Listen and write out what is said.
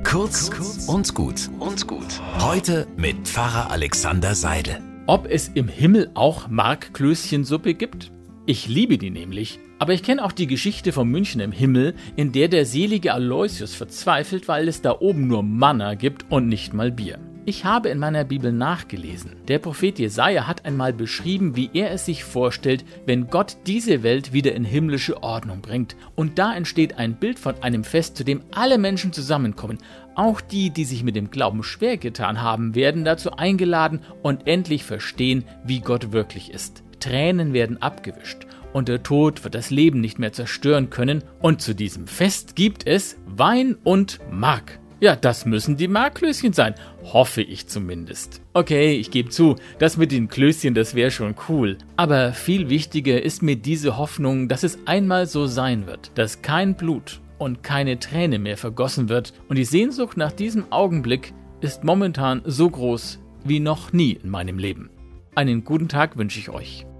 Kurz und gut. Heute mit Pfarrer Alexander Seidel. Ob es im Himmel auch Markklößchensuppe gibt? Ich liebe die nämlich. Aber ich kenne auch die Geschichte vom München im Himmel, in der selige Aloysius verzweifelt, weil es da oben nur Manna gibt und nicht mal Bier. Ich habe in meiner Bibel nachgelesen. Der Prophet Jesaja hat einmal beschrieben, wie er es sich vorstellt, wenn Gott diese Welt wieder in himmlische Ordnung bringt. Und da entsteht ein Bild von einem Fest, zu dem alle Menschen zusammenkommen. Auch die, die sich mit dem Glauben schwer getan haben, werden dazu eingeladen und endlich verstehen, wie Gott wirklich ist. Tränen werden abgewischt und der Tod wird das Leben nicht mehr zerstören können. Und zu diesem Fest gibt es Wein und Mark. Ja, das müssen die Markklößchen sein. Hoffe ich zumindest. Okay, ich gebe zu, das mit den Klößchen, das wäre schon cool. Aber viel wichtiger ist mir diese Hoffnung, dass es einmal so sein wird, dass kein Blut und keine Träne mehr vergossen wird. Und die Sehnsucht nach diesem Augenblick ist momentan so groß wie noch nie in meinem Leben. Einen guten Tag wünsche ich euch.